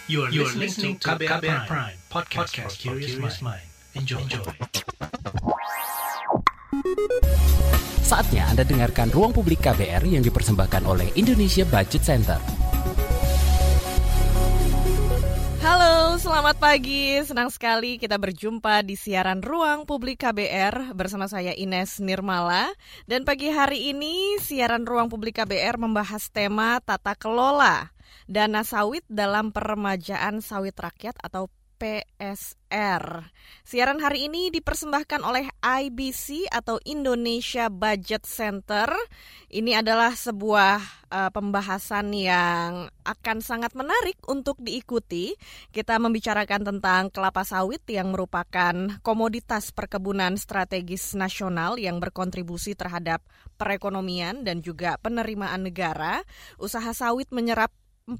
You are listening to KBR Prime, podcast for curious mind. Enjoy. Saatnya Anda dengarkan Ruang Publik KBR yang dipersembahkan oleh Indonesia Budget Center. Halo, selamat pagi. Senang sekali kita berjumpa di siaran Ruang Publik KBR bersama saya Ines Nirmala. Dan pagi hari ini siaran Ruang Publik KBR membahas tema tata kelola dana sawit dalam peremajaan sawit rakyat atau PSR. Siaran hari ini dipersembahkan oleh IBC atau Indonesia Budget Center. Ini adalah sebuah pembahasan yang akan sangat menarik untuk diikuti. Kita membicarakan tentang kelapa sawit yang merupakan komoditas perkebunan strategis nasional yang berkontribusi terhadap perekonomian dan juga penerimaan negara. Usaha sawit menyerap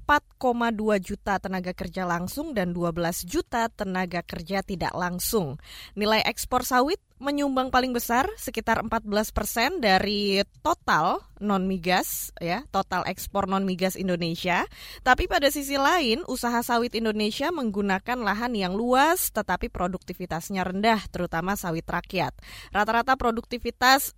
4,2 juta tenaga kerja langsung dan 12 juta tenaga kerja tidak langsung. Nilai ekspor sawit menyumbang paling besar sekitar 14% dari total non-migas, ya, total ekspor non-migas Indonesia. Tapi pada sisi lain, usaha sawit Indonesia menggunakan lahan yang luas tetapi produktivitasnya rendah, terutama sawit rakyat. Rata-rata produktivitas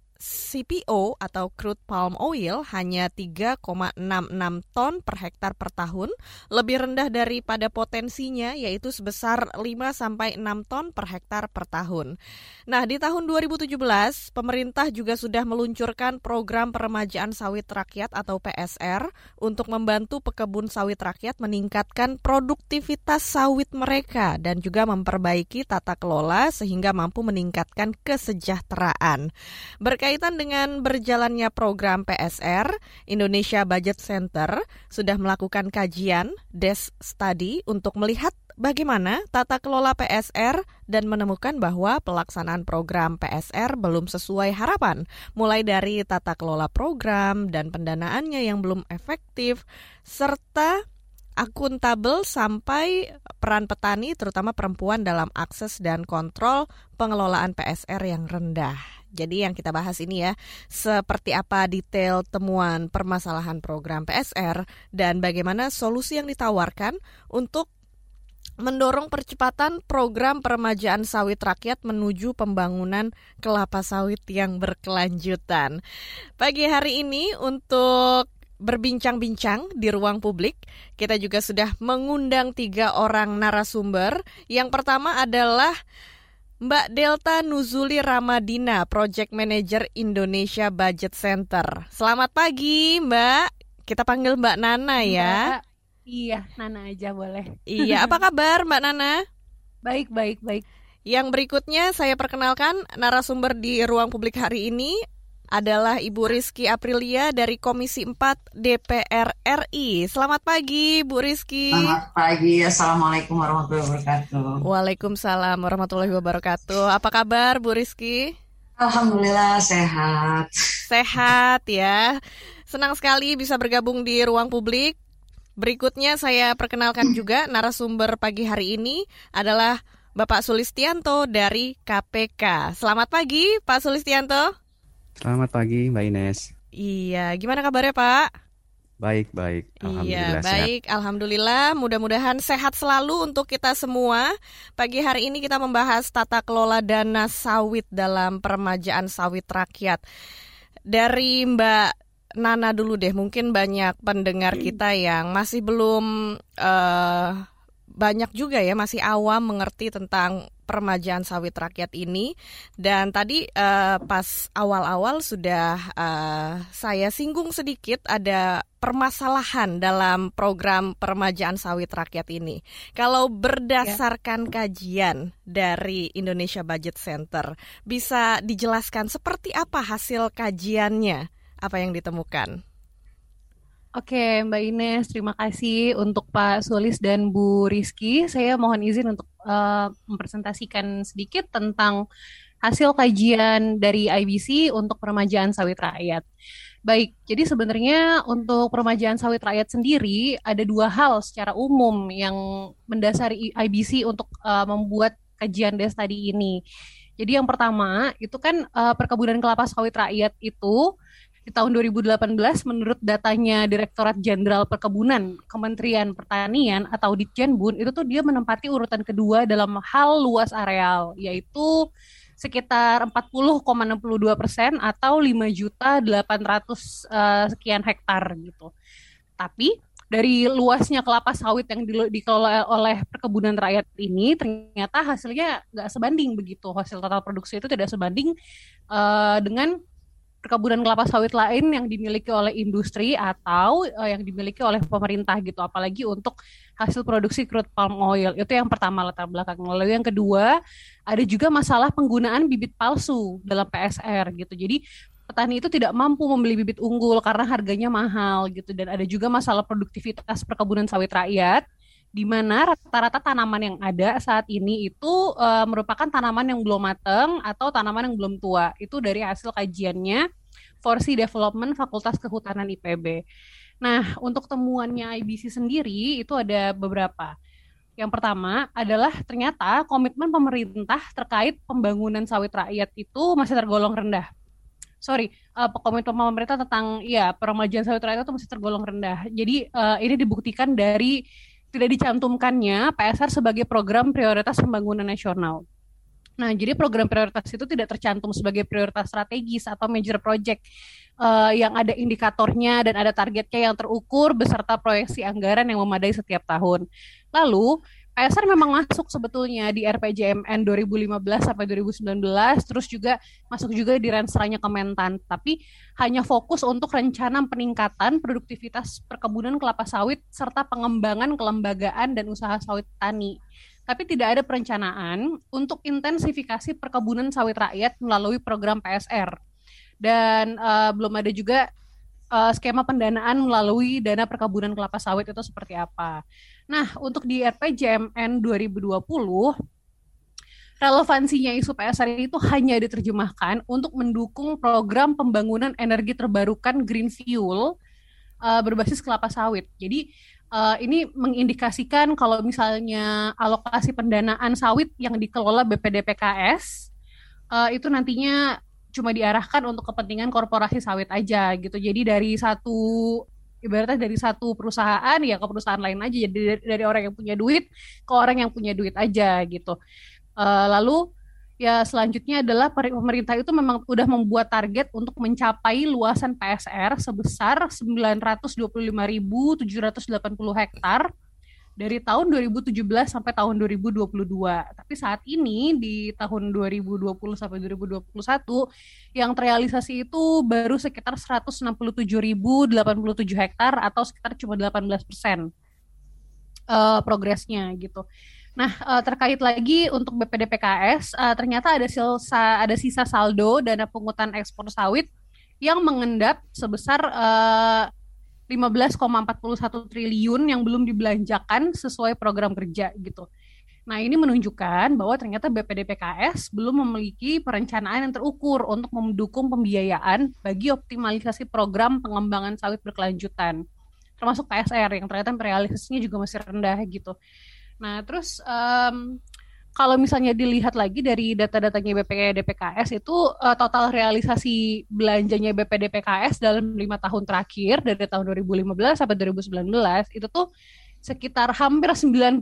CPO atau crude palm oil hanya 3,66 ton per hektar per tahun, lebih rendah daripada potensinya yaitu sebesar 5-6 ton per hektar per tahun. Nah, di tahun 2017, pemerintah juga sudah meluncurkan program peremajaan sawit rakyat atau PSR untuk membantu pekebun sawit rakyat meningkatkan produktivitas sawit mereka dan juga memperbaiki tata kelola sehingga mampu meningkatkan kesejahteraan. Berkaitan dengan berjalannya program PSR, Indonesia Budget Center sudah melakukan kajian desk study untuk melihat bagaimana tata kelola PSR dan menemukan bahwa pelaksanaan program PSR belum sesuai harapan, mulai dari tata kelola program dan pendanaannya yang belum efektif, serta akuntabel sampai peran petani terutama perempuan dalam akses dan kontrol pengelolaan PSR yang rendah. Jadi yang kita bahas ini ya, seperti apa detail temuan permasalahan program PSR dan bagaimana solusi yang ditawarkan untuk mendorong percepatan program peremajaan sawit rakyat menuju pembangunan kelapa sawit yang berkelanjutan. Pagi hari ini untuk berbincang-bincang di ruang publik, kita juga sudah mengundang 3 orang narasumber. Yang pertama adalah Mbak Delta Nuzuli Ramadina, Project Manager Indonesia Budget Center. Selamat pagi, Mbak. Kita panggil Mbak Nana ya. Iya, Nana aja boleh. Iya, apa kabar Mbak Nana? Baik. Yang berikutnya saya perkenalkan narasumber di ruang publik hari ini adalah Ibu Rizky Aprilia dari Komisi 4 DPR RI. Selamat pagi, Bu Rizky. Selamat pagi, Assalamualaikum warahmatullahi wabarakatuh. Waalaikumsalam warahmatullahi wabarakatuh. Apa kabar, Bu Rizky? Alhamdulillah sehat. Sehat ya. Senang sekali bisa bergabung di ruang publik. Berikutnya saya perkenalkan juga narasumber pagi hari ini adalah Bapak Sulistianto dari KPK. Selamat pagi, Pak Sulistianto. Selamat pagi Mbak Ines. Iya, gimana kabarnya Pak? Baik. Alhamdulillah baik. Sehat. Alhamdulillah, mudah-mudahan sehat selalu untuk kita semua. Pagi hari ini kita membahas tata kelola dana sawit dalam peremajaan sawit rakyat. Dari Mbak Nana dulu deh, mungkin banyak pendengar kita yang masih belum banyak juga ya, masih awam mengerti tentang peremajaan sawit rakyat ini. Dan tadi pas awal-awal sudah saya singgung sedikit ada permasalahan dalam program peremajaan sawit rakyat ini. Kalau berdasarkan kajian dari Indonesia Budget Center, bisa dijelaskan seperti apa hasil kajiannya? Apa yang ditemukan? Oke, Mbak Ines, terima kasih untuk Pak Sulis dan Bu Rizky. Saya mohon izin untuk mempresentasikan sedikit tentang hasil kajian dari IBC untuk peremajaan sawit rakyat. Baik, jadi sebenarnya untuk peremajaan sawit rakyat sendiri ada 2 hal secara umum yang mendasari IBC untuk membuat kajian desk study ini. Jadi yang pertama itu kan perkebunan kelapa sawit rakyat itu Di tahun 2018 menurut datanya Direktorat Jenderal Perkebunan Kementerian Pertanian atau Ditjenbun, itu tuh dia menempati urutan kedua dalam hal luas areal, yaitu sekitar 40,62% atau 5.800 sekian hektar gitu. Tapi dari luasnya kelapa sawit yang dikelola oleh perkebunan rakyat ini, ternyata hasilnya nggak sebanding begitu. Hasil total produksi itu tidak sebanding dengan perkebunan kelapa sawit lain yang dimiliki oleh industri atau yang dimiliki oleh pemerintah gitu. Apalagi untuk hasil produksi crude palm oil. Itu yang pertama latar belakang. Lalu yang kedua, ada juga masalah penggunaan bibit palsu dalam PSR gitu. Jadi petani itu tidak mampu membeli bibit unggul karena harganya mahal gitu. Dan ada juga masalah produktivitas perkebunan sawit rakyat, di mana rata-rata tanaman yang ada saat ini itu merupakan tanaman yang belum matang atau tanaman yang belum tua. Itu dari hasil kajiannya Forestry Development Fakultas Kehutanan IPB. Nah, untuk temuannya IBC sendiri itu ada beberapa. Yang pertama adalah ternyata komitmen pemerintah terkait pembangunan sawit rakyat itu masih tergolong rendah. Komitmen pemerintah tentang peremajuan sawit rakyat itu masih tergolong rendah. Jadi ini dibuktikan dari tidak dicantumkannya PSR sebagai program prioritas pembangunan nasional. Nah, jadi program prioritas itu tidak tercantum sebagai prioritas strategis atau major project yang ada indikatornya dan ada targetnya yang terukur beserta proyeksi anggaran yang memadai setiap tahun. Lalu PSR memang masuk sebetulnya di RPJMN 2015 sampai 2019, terus juga masuk juga di Rensranya Kementan, tapi hanya fokus untuk rencana peningkatan produktivitas perkebunan kelapa sawit serta pengembangan kelembagaan dan usaha sawit tani. Tapi tidak ada perencanaan untuk intensifikasi perkebunan sawit rakyat melalui program PSR. Dan belum ada juga skema pendanaan melalui dana perkebunan kelapa sawit itu seperti apa. Nah, untuk di RPJMN 2020, relevansinya isu PSR itu hanya diterjemahkan untuk mendukung program pembangunan energi terbarukan green fuel berbasis kelapa sawit. Jadi ini mengindikasikan kalau misalnya alokasi pendanaan sawit yang dikelola BPDPKS itu nantinya cuma diarahkan untuk kepentingan korporasi sawit aja gitu. Jadi ibaratnya dari satu perusahaan ya ke perusahaan lain aja. Jadi dari orang yang punya duit ke orang yang punya duit aja gitu. Lalu ya selanjutnya adalah pemerintah itu memang udah membuat target untuk mencapai luasan PSR sebesar 925.780 hektar dari tahun 2017 sampai tahun 2022. Tapi saat ini di tahun 2020 sampai 2021 yang terrealisasi itu baru sekitar 167.087 hektar atau sekitar cuma 18% progresnya gitu. Nah, terkait lagi untuk BPDPKS, ternyata ada sisa saldo dana pungutan ekspor sawit yang mengendap sebesar 15,41 triliun yang belum dibelanjakan sesuai program kerja gitu. Nah, ini menunjukkan bahwa ternyata BPDPKS belum memiliki perencanaan yang terukur untuk mendukung pembiayaan bagi optimalisasi program pengembangan sawit berkelanjutan, termasuk PSR yang ternyata realisasinya juga masih rendah gitu. Nah, terus kalau misalnya dilihat lagi dari data-datanya BPDPKS itu total realisasi belanjanya BPDPKS dalam 5 tahun terakhir dari tahun 2015 sampai 2019 itu tuh sekitar hampir 98%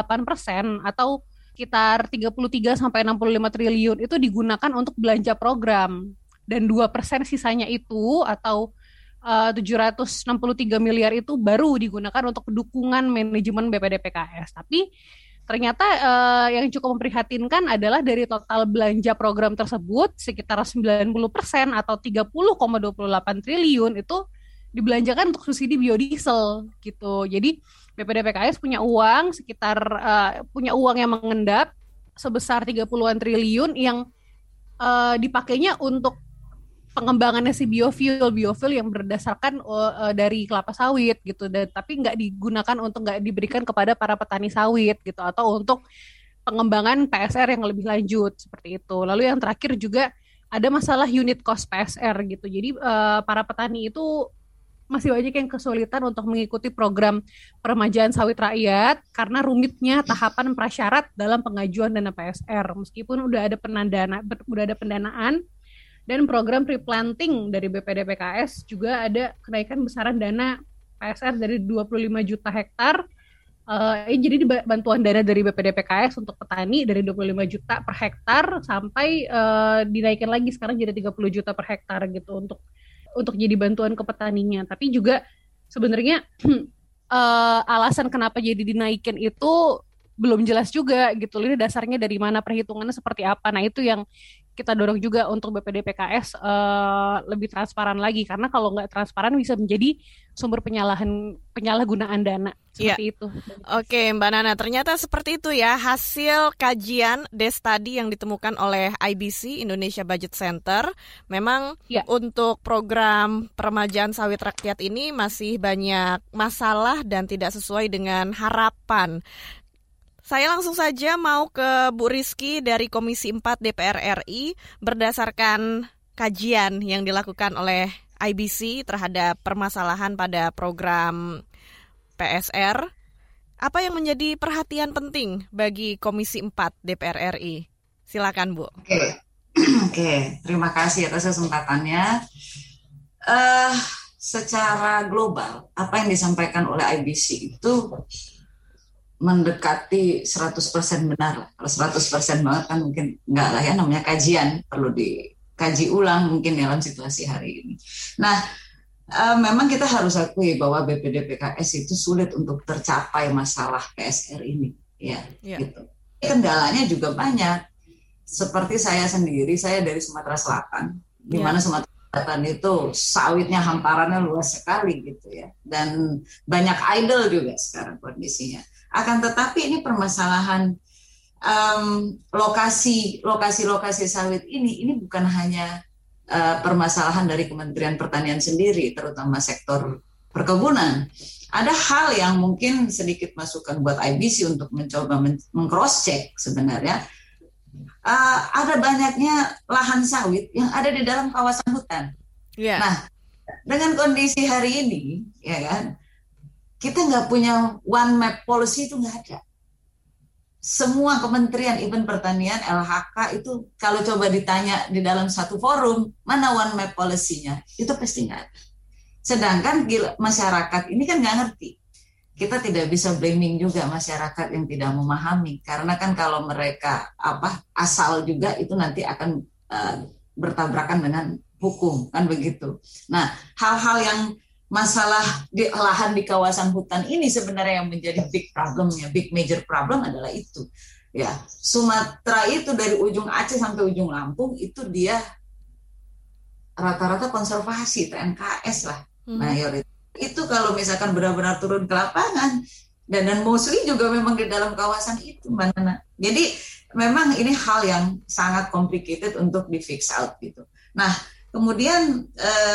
atau sekitar 33 sampai 65 triliun itu digunakan untuk belanja program dan 2% sisanya itu atau 763 miliar itu baru digunakan untuk dukungan manajemen BPDPKS. Tapi ternyata yang cukup memprihatinkan adalah dari total belanja program tersebut sekitar 90% atau 30,28 triliun itu dibelanjakan untuk subsidi biodiesel gitu. Jadi BPDPKS punya uang yang mengendap sebesar 30-an triliun yang dipakainya untuk pengembangannya si biofuel yang berdasarkan dari kelapa sawit gitu, tapi nggak diberikan kepada para petani sawit gitu atau untuk pengembangan PSR yang lebih lanjut seperti itu. Lalu yang terakhir juga ada masalah unit cost PSR gitu. Jadi para petani itu masih banyak yang kesulitan untuk mengikuti program peremajaan sawit rakyat karena rumitnya tahapan prasyarat dalam pengajuan dana PSR. Meskipun udah ada pendanaan, Dan program pre-planting dari BPDPKS juga ada kenaikan besaran dana PSR dari 25 juta hektar. Jadi bantuan dana dari BPDPKS untuk petani dari 25 juta per hektar sampai dinaikkan lagi sekarang jadi 30 juta per hektar gitu untuk jadi bantuan ke petaninya. Tapi juga sebenarnya alasan kenapa jadi dinaikin itu belum jelas juga gitu. Ini dasarnya dari mana, perhitungannya seperti apa. Nah, itu yang kita dorong juga untuk BPDPKS lebih transparan lagi, karena kalau nggak transparan bisa menjadi sumber penyalahgunaan dana seperti itu. Oke, Mbak Nana, ternyata seperti itu ya hasil kajian Destadi yang ditemukan oleh IBC Indonesia Budget Center. Memang untuk program peremajaan sawit rakyat ini masih banyak masalah dan tidak sesuai dengan harapan. Saya langsung saja mau ke Bu Rizky dari Komisi 4 DPR RI. Berdasarkan kajian yang dilakukan oleh IBC terhadap permasalahan pada program PSR, apa yang menjadi perhatian penting bagi Komisi 4 DPR RI? Silakan, Bu. Oke. Terima kasih atas kesempatannya. Secara global, apa yang disampaikan oleh IBC itu mendekati 100% benar lah. Kalau 100% banget kan mungkin enggak lah ya, namanya kajian, perlu dikaji ulang mungkin dalam situasi hari ini. Nah, memang kita harus akui bahwa BPDPKS itu sulit untuk tercapai masalah PSR ini, gitu. Kendalanya juga banyak. Seperti saya sendiri, saya dari Sumatera Selatan, di mana Sumatera Selatan itu sawitnya hamparannya luas sekali gitu ya, dan banyak idle juga sekarang kondisinya. Akan tetapi ini permasalahan lokasi sawit ini bukan hanya permasalahan dari Kementerian Pertanian sendiri, terutama sektor perkebunan. Ada hal yang mungkin sedikit masukan buat IBC untuk mencoba meng-cross check sebenarnya. Ada banyaknya lahan sawit yang ada di dalam kawasan hutan. Nah, dengan kondisi hari ini, ya kan, kita nggak punya one map policy, itu nggak ada. Semua kementerian, even pertanian, LHK itu kalau coba ditanya di dalam satu forum, mana one map policy-nya, itu pasti nggak ada. Sedangkan masyarakat ini kan nggak ngerti. Kita tidak bisa blaming juga masyarakat yang tidak memahami, karena kan kalau mereka asal juga itu nanti akan bertabrakan dengan hukum, kan begitu. Nah, hal-hal yang masalah di lahan di kawasan hutan ini sebenarnya yang menjadi big major problem adalah itu. Ya, Sumatera itu dari ujung Aceh sampai ujung Lampung itu dia rata-rata konservasi, TNKS lah, mayoritas. Itu kalau misalkan benar-benar turun ke lapangan dan mostly juga memang di dalam kawasan itu, Mbak Nana. Jadi memang ini hal yang sangat complicated untuk di fix out gitu. Nah, kemudian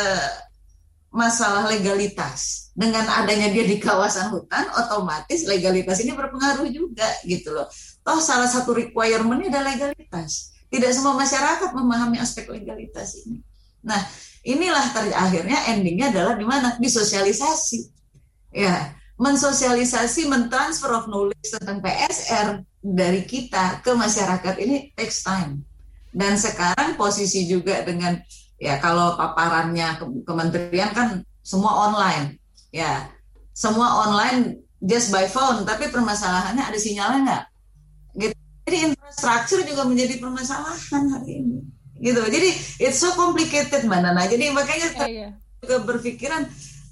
masalah legalitas, dengan adanya dia di kawasan hutan, otomatis legalitas ini berpengaruh juga gitu loh. Toh salah satu requirement-nya adalah legalitas. Tidak semua masyarakat memahami aspek legalitas ini. Nah, inilah akhirnya endingnya adalah di mana? Disosialisasi. Ya, mensosialisasi, mentransfer of knowledge tentang PSR dari kita ke masyarakat ini takes time. Dan sekarang posisi juga dengan kalau paparannya kementerian kan semua online, semua online just by phone, tapi permasalahannya ada sinyalnya nggak? Gitu. Jadi infrastruktur juga menjadi permasalahan hari ini, gitu. Jadi it's so complicated, Mbak Nana. Jadi makanya juga berpikiran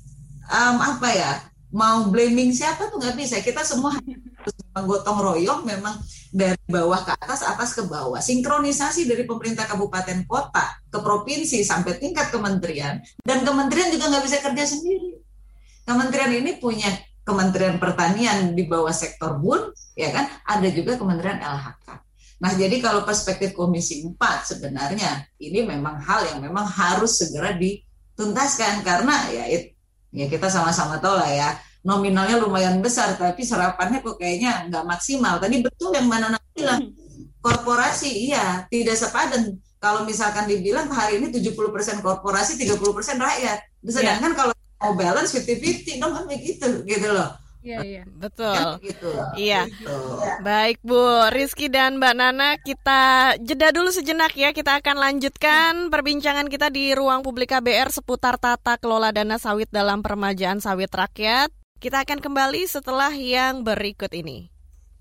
mau blaming siapa tuh nggak bisa. Kita semua harus menggotong royong memang dari bawah ke atas ke bawah. Sinkronisasi dari pemerintah kabupaten kota ke provinsi sampai tingkat kementerian. Dan kementerian juga nggak bisa kerja sendiri. Kementerian ini punya Kementerian Pertanian di bawah sektor BUN, ya kan? Ada juga Kementerian LHK. Nah, jadi kalau perspektif Komisi 4 sebenarnya ini memang hal yang memang harus segera dituntaskan, karena ya kita sama-sama tahu lah ya, nominalnya lumayan besar tapi serapannya kok kayaknya nggak maksimal. Tadi betul yang Mbak Nana bilang, korporasi tidak sepadan. Kalau misalkan dibilang hari ini 70% korporasi, 30% rakyat. Sedangkan kalau mau balance 50-50 dong kan begitu gitu loh. Iya. Betul. Gitu. Iya. Gitu. Baik Bu Rizky dan Mbak Nana, kita jeda dulu sejenak ya. Kita akan lanjutkan perbincangan kita di Ruang Publik KBR seputar tata kelola dana sawit dalam peremajaan sawit rakyat. Kita akan kembali setelah yang berikut ini.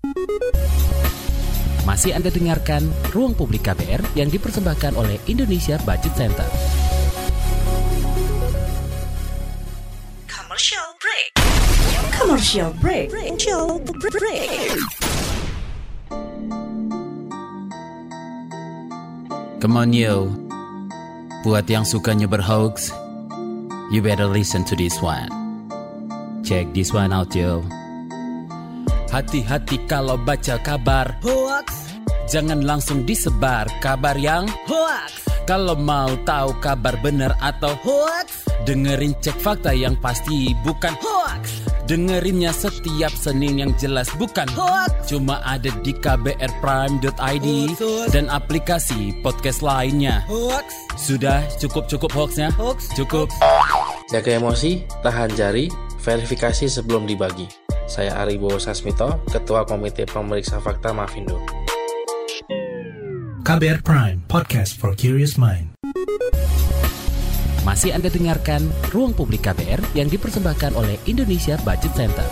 Masih Anda dengarkan Ruang Publik KBR yang dipersembahkan oleh Indonesia Budget Center. Commercial break. Come on yo, buat yang sukanya berhoax, you better listen to this one. Check this one out yo. Hati-hati kalau baca kabar Hoax. Jangan langsung disebar kabar yang Hoax. Kalau mau tahu kabar benar atau Hoax. dengerin cek fakta yang pasti bukan Hoax. Dengerinnya setiap Senin yang jelas bukan Hoax. Cuma ada di kbrprime.id Hoax. dan aplikasi podcast lainnya. Hoax. Sudah cukup hoaxnya? Hoax. Cukup. Jaga emosi, tahan jari, verifikasi sebelum dibagi. Saya Aribo Sasmito, Ketua Komite Pemeriksa Fakta Mafindo. KBR Prime, podcast for curious mind. Masih Anda dengarkan Ruang Publik KBR yang dipersembahkan oleh Indonesia Budget Center.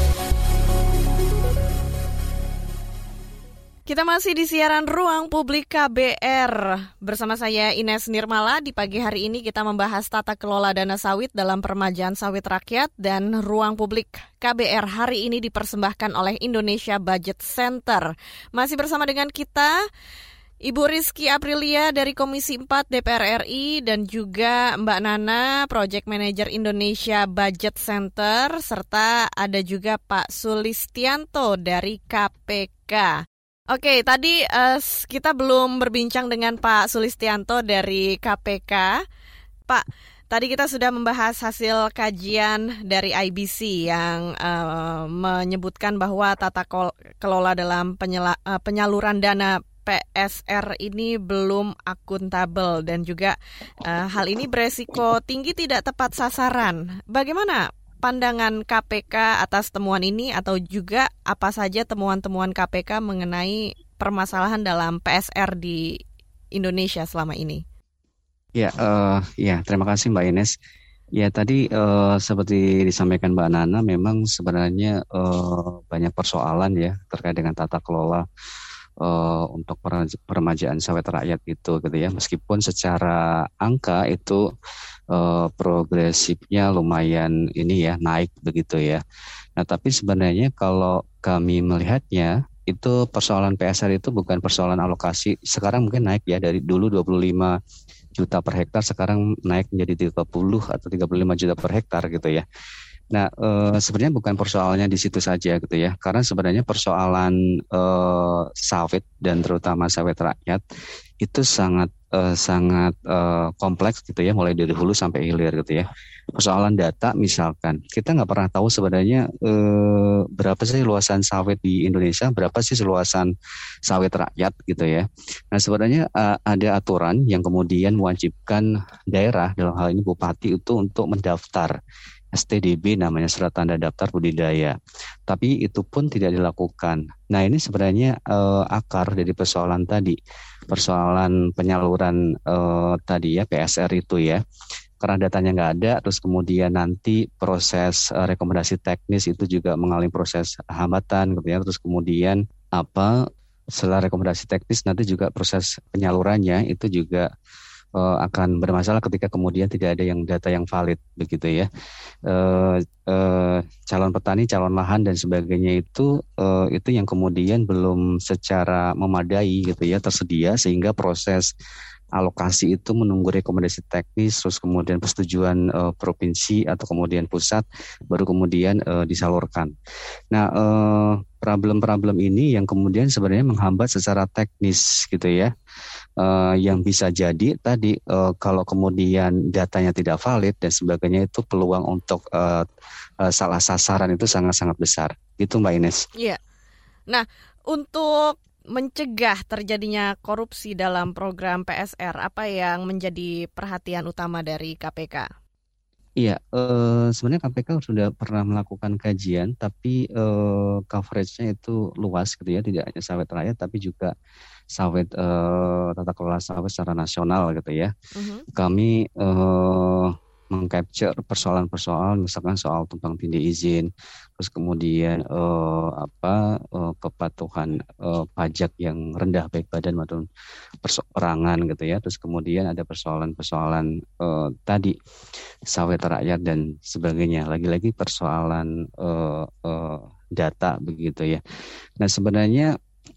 Kita masih di siaran Ruang Publik KBR. Bersama saya Ines Nirmala. Di pagi hari ini kita membahas tata kelola dana sawit dalam peremajaan sawit rakyat. Dan Ruang Publik KBR hari ini dipersembahkan oleh Indonesia Budget Center. Masih bersama dengan kita Ibu Rizky Aprilia dari Komisi 4 DPR RI dan juga Mbak Nana, Project Manager Indonesia Budget Center, serta ada juga Pak Sulistianto dari KPK. Oke, tadi kita belum berbincang dengan Pak Sulistianto dari KPK. Pak, tadi kita sudah membahas hasil kajian dari IBC yang menyebutkan bahwa tata kelola dalam penyaluran dana PSR ini belum akuntabel dan juga hal ini beresiko tinggi tidak tepat sasaran. Bagaimana pandangan KPK atas temuan ini atau juga apa saja temuan-temuan KPK mengenai permasalahan dalam PSR di Indonesia selama ini? Ya, terima kasih Mbak Ines. Ya, tadi seperti disampaikan Mbak Nana, memang sebenarnya banyak persoalan ya terkait dengan tata kelola untuk peremajaan sawit rakyat itu gitu ya. Meskipun secara angka itu progresifnya lumayan ini ya, naik begitu ya. Nah, tapi sebenarnya kalau kami melihatnya itu persoalan PSR itu bukan persoalan alokasi. Sekarang mungkin naik ya, dari dulu 25 juta per hektar sekarang naik menjadi 30 atau 35 juta per hektar gitu ya. Nah, sebenarnya bukan persoalannya di situ saja gitu ya, karena sebenarnya persoalan sawit dan terutama sawit rakyat itu sangat kompleks gitu ya, mulai dari hulu sampai hilir gitu ya. Persoalan data misalkan, kita nggak pernah tahu sebenarnya berapa sih luasan sawit di Indonesia, berapa sih luasan sawit rakyat gitu ya. Nah, sebenarnya ada aturan yang kemudian mewajibkan daerah, dalam hal ini bupati, itu untuk mendaftar STDB, namanya surat tanda daftar budidaya. Tapi itu pun tidak dilakukan. Nah, ini sebenarnya akar dari persoalan tadi, persoalan penyaluran tadi ya, PSR itu ya. Karena datanya nggak ada, terus kemudian nanti proses rekomendasi teknis itu juga mengalami proses hambatan gitu ya. Terus kemudian setelah rekomendasi teknis nanti juga proses penyalurannya itu juga akan bermasalah ketika kemudian tidak ada yang data yang valid begitu ya. Calon petani, calon lahan dan sebagainya itu yang kemudian belum secara memadai gitu ya tersedia, sehingga proses alokasi itu menunggu rekomendasi teknis, terus kemudian persetujuan provinsi atau kemudian pusat, baru kemudian disalurkan. Nah, problem-problem ini yang kemudian sebenarnya menghambat secara teknis gitu ya. Yang bisa jadi tadi kalau kemudian datanya tidak valid dan sebagainya, itu peluang untuk salah sasaran itu sangat-sangat besar. Gitu Mbak Ines. Iya. Nah, untuk mencegah terjadinya korupsi dalam program PSR, apa yang menjadi perhatian utama dari KPK? Iya, sebenarnya KPK sudah pernah melakukan kajian, tapi coveragenya itu luas gitu ya, tidak hanya sawit rakyat, tapi juga sawit tata kelola sawit secara nasional gitu ya. Kami mengcapture persoalan-persoalan, misalkan soal tumpang tindih izin, terus kemudian kepatuhan pajak yang rendah baik badan maupun perseorangan gitu ya, terus kemudian ada persoalan-persoalan tadi sawit rakyat dan sebagainya. Lagi-lagi persoalan data begitu ya. Nah sebenarnya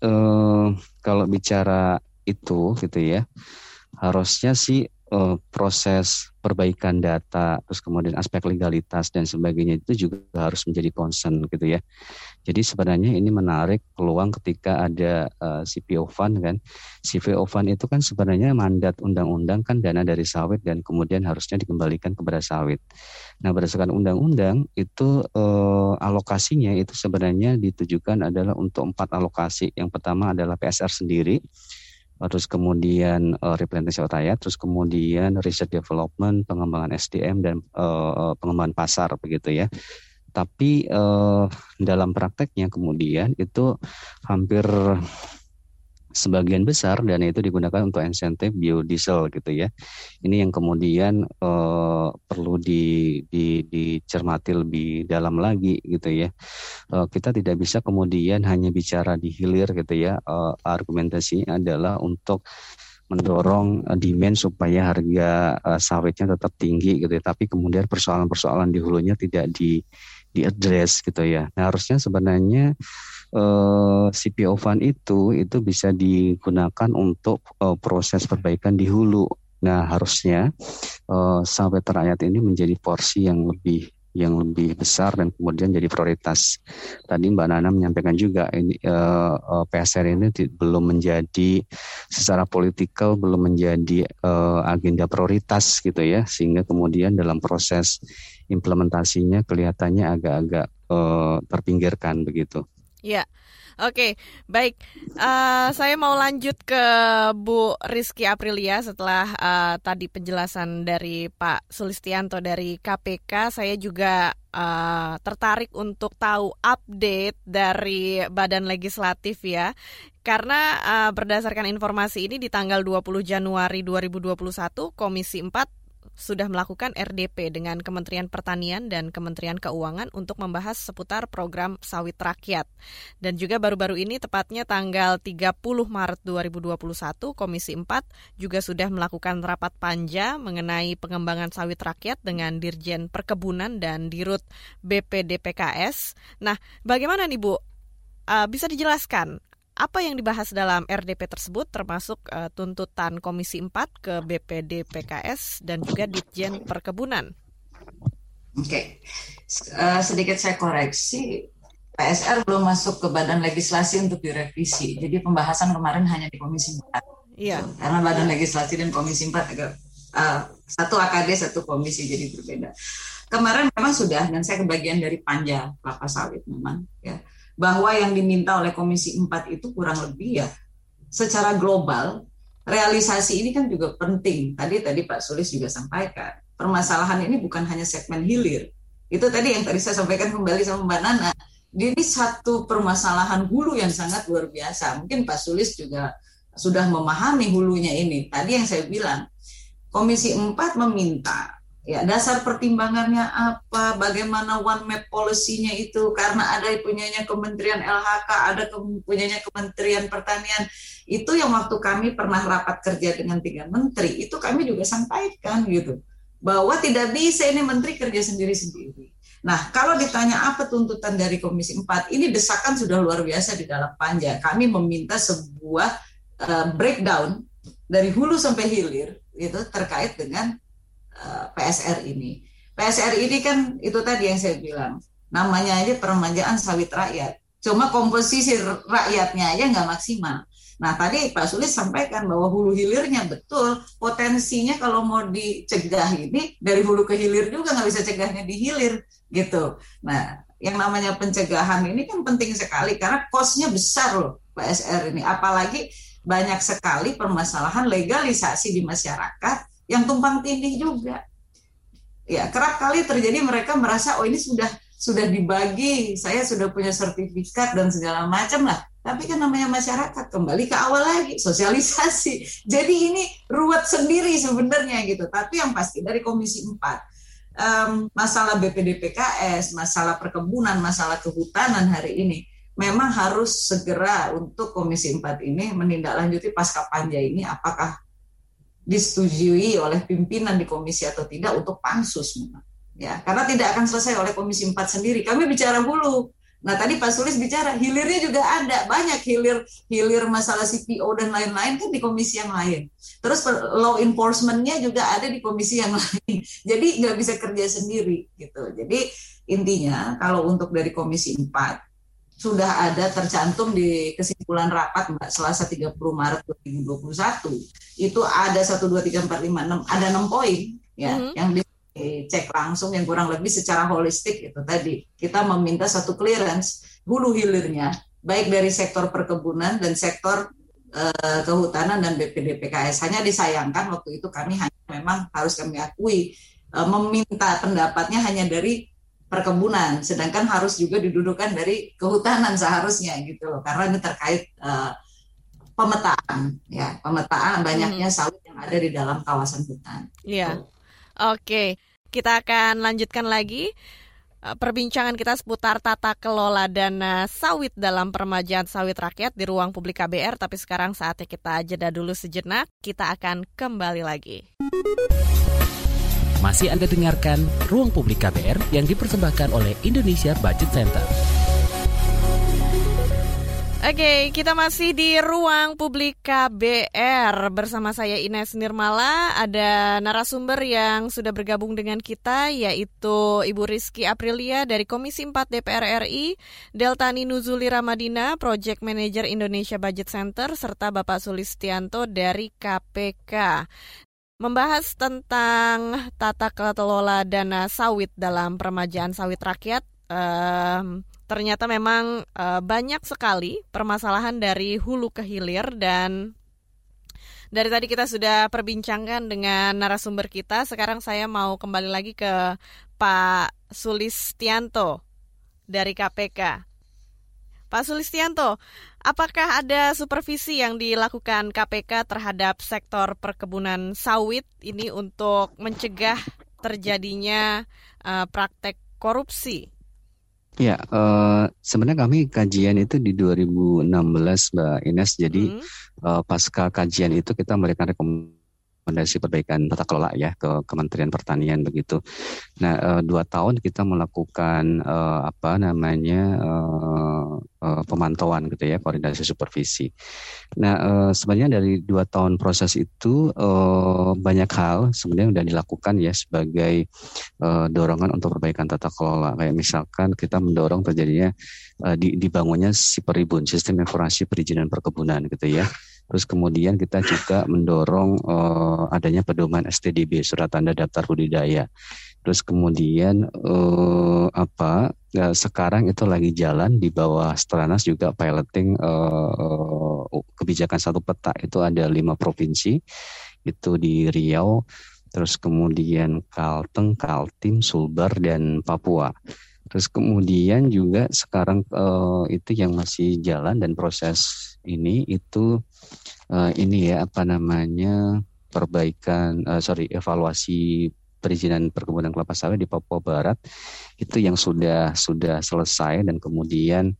kalau bicara itu gitu ya, harusnya sih proses perbaikan data, terus kemudian aspek legalitas dan sebagainya itu juga harus menjadi concern gitu ya. Jadi sebenarnya ini menarik peluang ketika ada CPO Fund kan. CPO Fund itu kan sebenarnya mandat undang-undang kan dana dari sawit dan kemudian harusnya dikembalikan kepada sawit. Nah berdasarkan undang-undang itu alokasinya itu sebenarnya ditujukan adalah untuk 4 alokasi. Yang pertama adalah PSR sendiri, terus kemudian replanting sawit rakyat, terus kemudian research development, pengembangan SDM dan pengembangan pasar begitu ya. Tapi dalam prakteknya kemudian itu hampir sebagian besar dana itu digunakan untuk insentif biodiesel gitu ya. Ini yang kemudian perlu dicermati lebih dalam lagi gitu ya. Kita tidak bisa kemudian hanya bicara di hilir gitu ya. Argumentasinya adalah untuk mendorong demand supaya harga sawitnya tetap tinggi gitu ya. Tapi kemudian persoalan-persoalan di hulunya tidak diaddress gitu ya. Nah harusnya sebenarnya CPO Fund itu bisa digunakan untuk proses perbaikan di hulu. Nah harusnya sawit rakyat ini menjadi porsi yang lebih besar dan kemudian jadi prioritas. Tadi Mbak Nana menyampaikan juga ini PSR ini belum menjadi secara politikal belum menjadi agenda prioritas gitu ya, sehingga kemudian dalam proses implementasinya kelihatannya agak-agak terpinggirkan begitu. Ya, oke, baik. Saya mau lanjut ke Bu Rizky Aprilia setelah tadi penjelasan dari Pak Sulistianto dari KPK. Saya juga tertarik untuk tahu update dari Badan Legislatif ya. Karena berdasarkan informasi ini di tanggal 20 Januari 2021, Komisi 4 sudah melakukan RDP dengan Kementerian Pertanian dan Kementerian Keuangan untuk membahas seputar program sawit rakyat. Dan juga baru-baru ini tepatnya tanggal 30 Maret 2021, Komisi 4 juga sudah melakukan rapat panja mengenai pengembangan sawit rakyat dengan Dirjen Perkebunan dan Dirut BPDPKS. Nah, bagaimana nih Bu? Bisa dijelaskan apa yang dibahas dalam RDP tersebut termasuk tuntutan Komisi 4 ke BPDPKS dan juga Ditjen Perkebunan? Oke. Sedikit saya koreksi, PSR belum masuk ke Badan Legislasi untuk direvisi. Jadi pembahasan kemarin hanya di Komisi 4. Iya. Karena Badan Legislasi dan Komisi 4 agak satu AKD, satu komisi, jadi berbeda. Kemarin memang sudah, dan saya kebagian dari panja kelapa sawit memang ya, bahwa yang diminta oleh Komisi 4 itu kurang lebih ya secara global. Realisasi ini kan juga penting. Tadi Pak Sulis juga sampaikan, permasalahan ini bukan hanya segmen hilir. Itu tadi yang tadi saya sampaikan kembali sama Mbak Nana. Ini satu permasalahan hulu yang sangat luar biasa. Mungkin Pak Sulis juga sudah memahami hulunya ini. Tadi yang saya bilang, Komisi 4 meminta ya dasar pertimbangannya apa, bagaimana one map policy-nya itu, karena ada punyanya Kementerian LHK, ada punyanya Kementerian Pertanian. Itu yang waktu kami pernah rapat kerja dengan 3 menteri, itu kami juga sampaikan gitu, bahwa tidak bisa ini menteri kerja sendiri-sendiri. Nah, kalau ditanya apa tuntutan dari Komisi 4, ini desakan sudah luar biasa di dalam panja. Kami meminta sebuah breakdown dari hulu sampai hilir itu terkait dengan PSR ini. PSR ini kan itu tadi yang saya bilang, namanya aja peremajaan sawit rakyat. Cuma komposisi rakyatnya aja nggak maksimal. Nah tadi Pak Sulis sampaikan bahwa hulu hilirnya betul, potensinya kalau mau dicegah ini dari hulu ke hilir juga nggak bisa cegahnya di hilir gitu. Nah yang namanya pencegahan ini kan penting sekali karena cost-nya besar loh PSR ini. Apalagi banyak sekali permasalahan legalisasi di masyarakat yang tumpang tindih juga. Ya, kerap kali terjadi mereka merasa ini sudah dibagi, saya sudah punya sertifikat dan segala macam lah. Tapi kan namanya masyarakat, kembali ke awal lagi, sosialisasi. Jadi ini ruwet sendiri sebenarnya gitu. Tapi yang pasti dari Komisi 4, masalah BPDPKS, masalah perkebunan, masalah kehutanan hari ini, memang harus segera untuk Komisi 4 ini menindaklanjuti pasca panja ini, apakah disetujui oleh pimpinan di komisi atau tidak untuk pansus, ya, karena tidak akan selesai oleh Komisi 4 sendiri. Kami bicara hulu. Nah, tadi Pak Sulis bicara hilirnya juga ada, banyak hilir masalah CPO dan lain-lain kan di komisi yang lain. Terus law enforcement-nya juga ada di komisi yang lain. Jadi nggak bisa kerja sendiri gitu. Jadi intinya kalau untuk dari Komisi 4 sudah ada tercantum di kesimpulan rapat Mbak Selasa 30 Maret 2021, itu ada 1, 2, 3, 4, 5, 6, ada 6 poin ya, yang dicek langsung yang kurang lebih secara holistik. Itu tadi kita meminta satu clearance hulu hilirnya baik dari sektor perkebunan dan sektor kehutanan dan BPDPKS. Hanya disayangkan waktu itu kami memang harus kami akui meminta pendapatnya hanya dari perkebunan, sedangkan harus juga didudukan dari kehutanan seharusnya gitu loh, karena ini terkait pemetaan ya, pemetaan banyaknya sawit yang ada di dalam kawasan hutan. Iya. Oke, kita akan lanjutkan lagi perbincangan kita seputar tata kelola dana sawit dalam peremajaan sawit rakyat di ruang publik KBR, tapi sekarang saatnya kita jeda dulu sejenak, kita akan kembali lagi. Masih Anda dengarkan Ruang Publik KBR yang dipersembahkan oleh Indonesia Budget Center. Oke, kita masih di Ruang Publik KBR bersama saya Ines Nirmala. Ada narasumber yang sudah bergabung dengan kita, yaitu Ibu Rizky Aprilia dari Komisi 4 DPR RI, Deltani Nuzuli Ramadina, Project Manager Indonesia Budget Center, serta Bapak Sulistianto dari KPK. Membahas tentang tata kelola dana sawit dalam peremajaan sawit rakyat. Ternyata memang banyak sekali permasalahan dari hulu ke hilir, dan dari tadi kita sudah perbincangkan dengan narasumber kita. Sekarang saya mau kembali lagi ke Pak Sulistianto dari KPK. Pak Sulistianto, apakah ada supervisi yang dilakukan KPK terhadap sektor perkebunan sawit ini untuk mencegah terjadinya praktek korupsi? Ya, sebenarnya kami kajian itu di 2016 Mbak Ines. Jadi pasca kajian itu kita memberikan rekomendasi perbaikan tata kelola ya ke Kementerian Pertanian begitu. Nah, 2 tahun kita melakukan pemantauan gitu ya, koordinasi supervisi. Nah, sebenarnya dari 2 tahun proses itu banyak hal sebenarnya sudah dilakukan ya sebagai dorongan untuk perbaikan tata kelola. Kayak misalkan kita mendorong terjadinya dibangunnya SIPERIBUN, Sistem Informasi Perizinan Perkebunan gitu ya. Terus kemudian kita juga mendorong adanya pedoman STDB, Surat Tanda Daftar Budidaya. Terus kemudian sekarang itu lagi jalan di bawah Stranas juga piloting kebijakan satu peta. Itu ada 5 provinsi, itu di Riau, terus kemudian Kalteng, Kaltim, Sulbar, dan Papua. Terus kemudian juga sekarang itu yang masih jalan dan proses ini itu evaluasi perizinan perkebunan kelapa sawit di Papua Barat itu yang sudah selesai, dan kemudian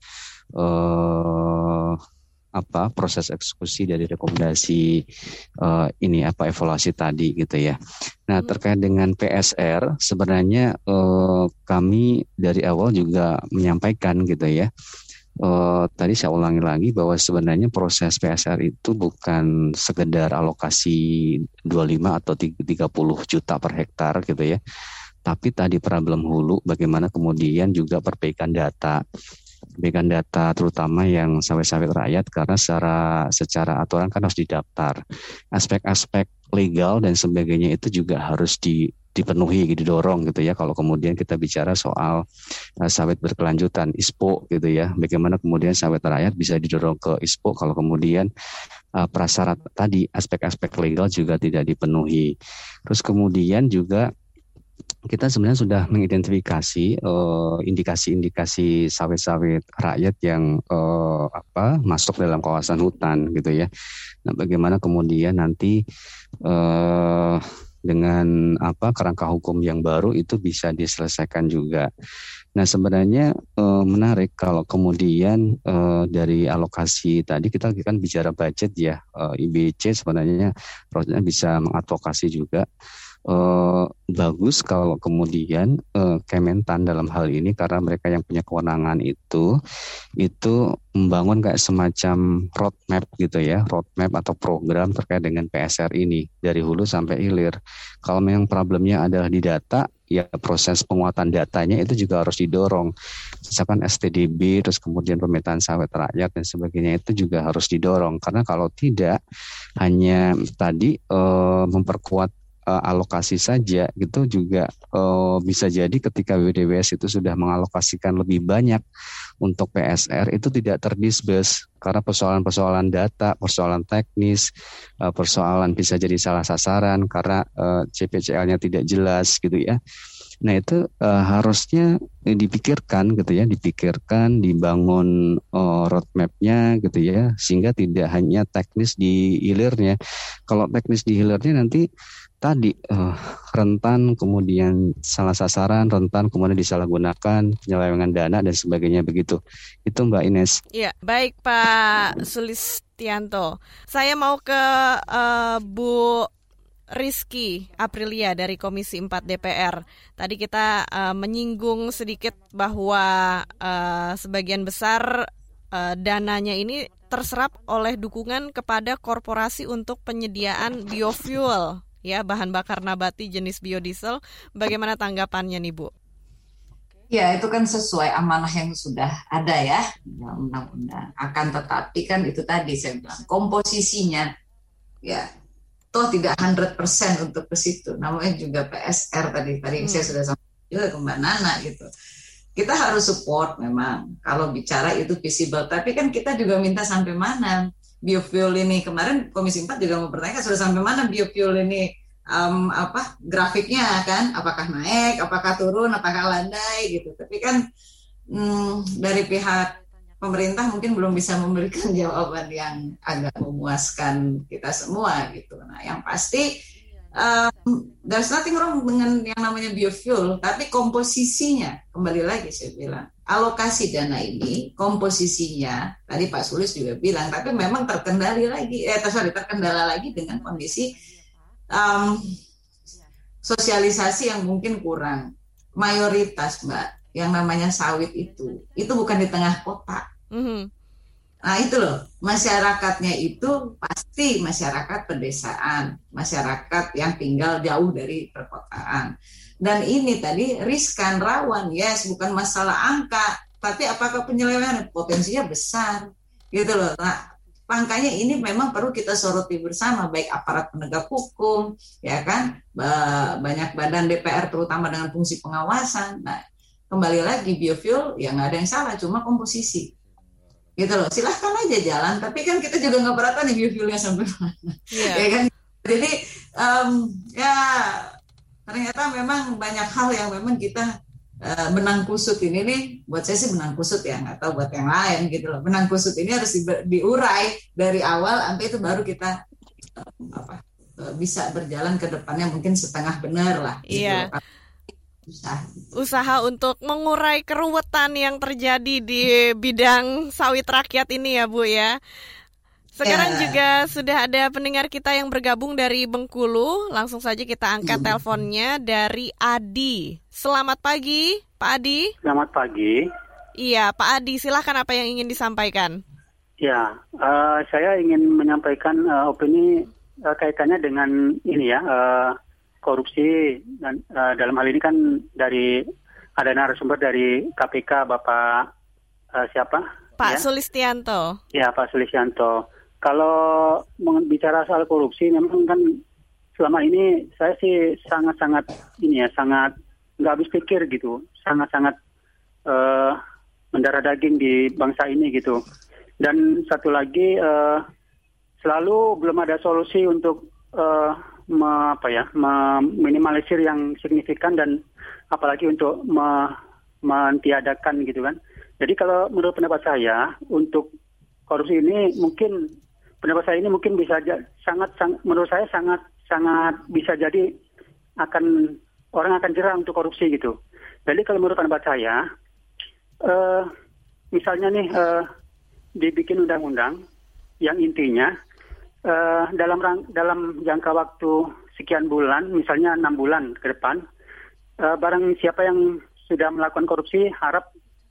proses eksekusi dari rekomendasi evaluasi tadi gitu ya. Nah, terkait dengan PSR sebenarnya kami dari awal juga menyampaikan gitu ya. Tadi saya ulangi lagi bahwa sebenarnya proses PSR itu bukan sekedar alokasi 25 atau 30 juta per hektar gitu ya. Tapi tadi problem hulu bagaimana kemudian juga perbaikan data terutama yang sawit-sawit rakyat, karena secara aturan kan harus didaftar. Aspek-aspek legal dan sebagainya itu juga harus dipenuhi, didorong gitu ya. Kalau kemudian kita bicara soal sawit berkelanjutan, ISPO gitu ya, bagaimana kemudian sawit rakyat bisa didorong ke ISPO kalau kemudian prasyarat tadi, aspek-aspek legal juga tidak dipenuhi. Terus kemudian juga kita sebenarnya sudah mengidentifikasi indikasi-indikasi sawit-sawit rakyat yang masuk dalam kawasan hutan gitu ya. Nah, bagaimana kemudian nanti dengan kerangka hukum yang baru itu bisa diselesaikan juga. Nah, sebenarnya menarik kalau kemudian dari alokasi tadi kita kan bicara budget ya, IBC sebenarnya bisa mengadvokasi juga. Bagus kalau kemudian Kementan dalam hal ini, karena mereka yang punya kewenangan itu membangun kayak semacam roadmap gitu ya, roadmap atau program terkait dengan PSR ini dari hulu sampai hilir. Kalau memang problemnya adalah di data, ya proses penguatan datanya itu juga harus didorong. Misalkan STDB, terus kemudian pemetaan sawit rakyat dan sebagainya itu juga harus didorong, karena kalau tidak hanya tadi memperkuat alokasi saja gitu juga bisa jadi ketika BPDWS itu sudah mengalokasikan lebih banyak untuk PSR itu tidak terdisburse karena persoalan-persoalan data, persoalan teknis, persoalan bisa jadi salah sasaran karena CPCL-nya tidak jelas gitu ya. Nah itu harusnya dipikirkan gitu ya, dibangun roadmap-nya gitu ya, sehingga tidak hanya teknis di hilirnya. Kalau teknis di hilirnya nanti tadi rentan kemudian salah sasaran, rentan kemudian disalahgunakan, penyelewengan dana dan sebagainya begitu. Itu Mbak Ines. Iya, baik Pak Sulistianto. Saya mau ke Bu Rizky Aprilia dari Komisi 4 DPR. Tadi kita menyinggung sedikit bahwa sebagian besar dananya ini terserap oleh dukungan kepada korporasi untuk penyediaan biofuel, ya, bahan bakar nabati jenis biodiesel. Bagaimana tanggapannya nih Bu? Ya, itu kan sesuai amanah yang sudah ada ya, undang-undang. Akan tetapi kan itu tadi saya bilang, komposisinya ya toh tidak 100% untuk ke situ. Namanya juga PSR tadi saya sudah sampaikan juga ke Mbak Nana gitu. Kita harus support memang kalau bicara itu visible, tapi kan kita juga minta sampai mana biofuel ini. Kemarin Komisi 4 juga mempertanyakan sudah sampai mana biofuel ini grafiknya kan, apakah naik, apakah turun, apakah landai gitu. Tapi kan dari pihak pemerintah mungkin belum bisa memberikan jawaban yang agak memuaskan kita semua gitu. Nah, yang pasti there's nothing wrong dengan yang namanya biofuel, tapi komposisinya, kembali lagi saya bilang, alokasi dana ini, komposisinya, tadi Pak Sulis juga bilang, tapi memang terkendala lagi dengan kondisi sosialisasi yang mungkin kurang. Mayoritas Mbak, yang namanya sawit itu bukan di tengah kota. Nah itu loh, masyarakatnya itu pasti masyarakat pedesaan, masyarakat yang tinggal jauh dari perkotaan. Dan ini tadi riskan, rawan, yes, bukan masalah angka, tapi apakah penyelewengan potensinya besar, gitu loh. Nah, makanya ini memang perlu kita soroti bersama, baik aparat penegak hukum, ya kan, banyak badan DPR terutama dengan fungsi pengawasan. Nah, kembali lagi biofuel, ya nggak ada yang salah, cuma komposisi. Gitu loh, silahkan aja jalan, tapi kan kita juga nggak pernah tahu nih biofuelnya sampai mana, ya kan. Jadi ya ternyata memang banyak hal yang memang kita benang kusut ini nih, buat saya sih benang kusut ya, nggak tahu buat yang lain gitu loh. Benang kusut ini harus diurai dari awal, sampai itu baru kita bisa berjalan ke depannya mungkin setengah benar lah. Iya. Gitu. Usaha untuk mengurai keruwetan yang terjadi di bidang sawit rakyat ini ya Bu ya. Sekarang juga sudah ada pendengar kita yang bergabung dari Bengkulu. Langsung saja kita angkat teleponnya dari Adi. Selamat pagi Pak Adi. Selamat pagi. Iya Pak Adi, silahkan, apa yang ingin disampaikan? Ya, saya ingin menyampaikan opini kaitannya dengan ini ya, korupsi, dan dalam hal ini kan dari ada narasumber dari KPK Bapak siapa? Pak Sulistianto. Ya, Pak Sulistianto. Kalau bicara soal korupsi, memang kan selama ini saya sih sangat sangat nggak habis pikir gitu, sangat mendarah daging di bangsa ini gitu. Dan satu lagi, selalu belum ada solusi untuk meminimalisir yang signifikan dan apalagi untuk mentiadakan gitu kan. Jadi kalau menurut pendapat saya untuk korupsi ini mungkin bisa menurut saya sangat bisa jadi orang akan jerah untuk korupsi gitu. Jadi kalau menurut pendapat saya, misalnya nih dibikin undang-undang yang intinya dalam jangka waktu sekian bulan, misalnya 6 bulan ke depan, barang siapa yang sudah melakukan korupsi harap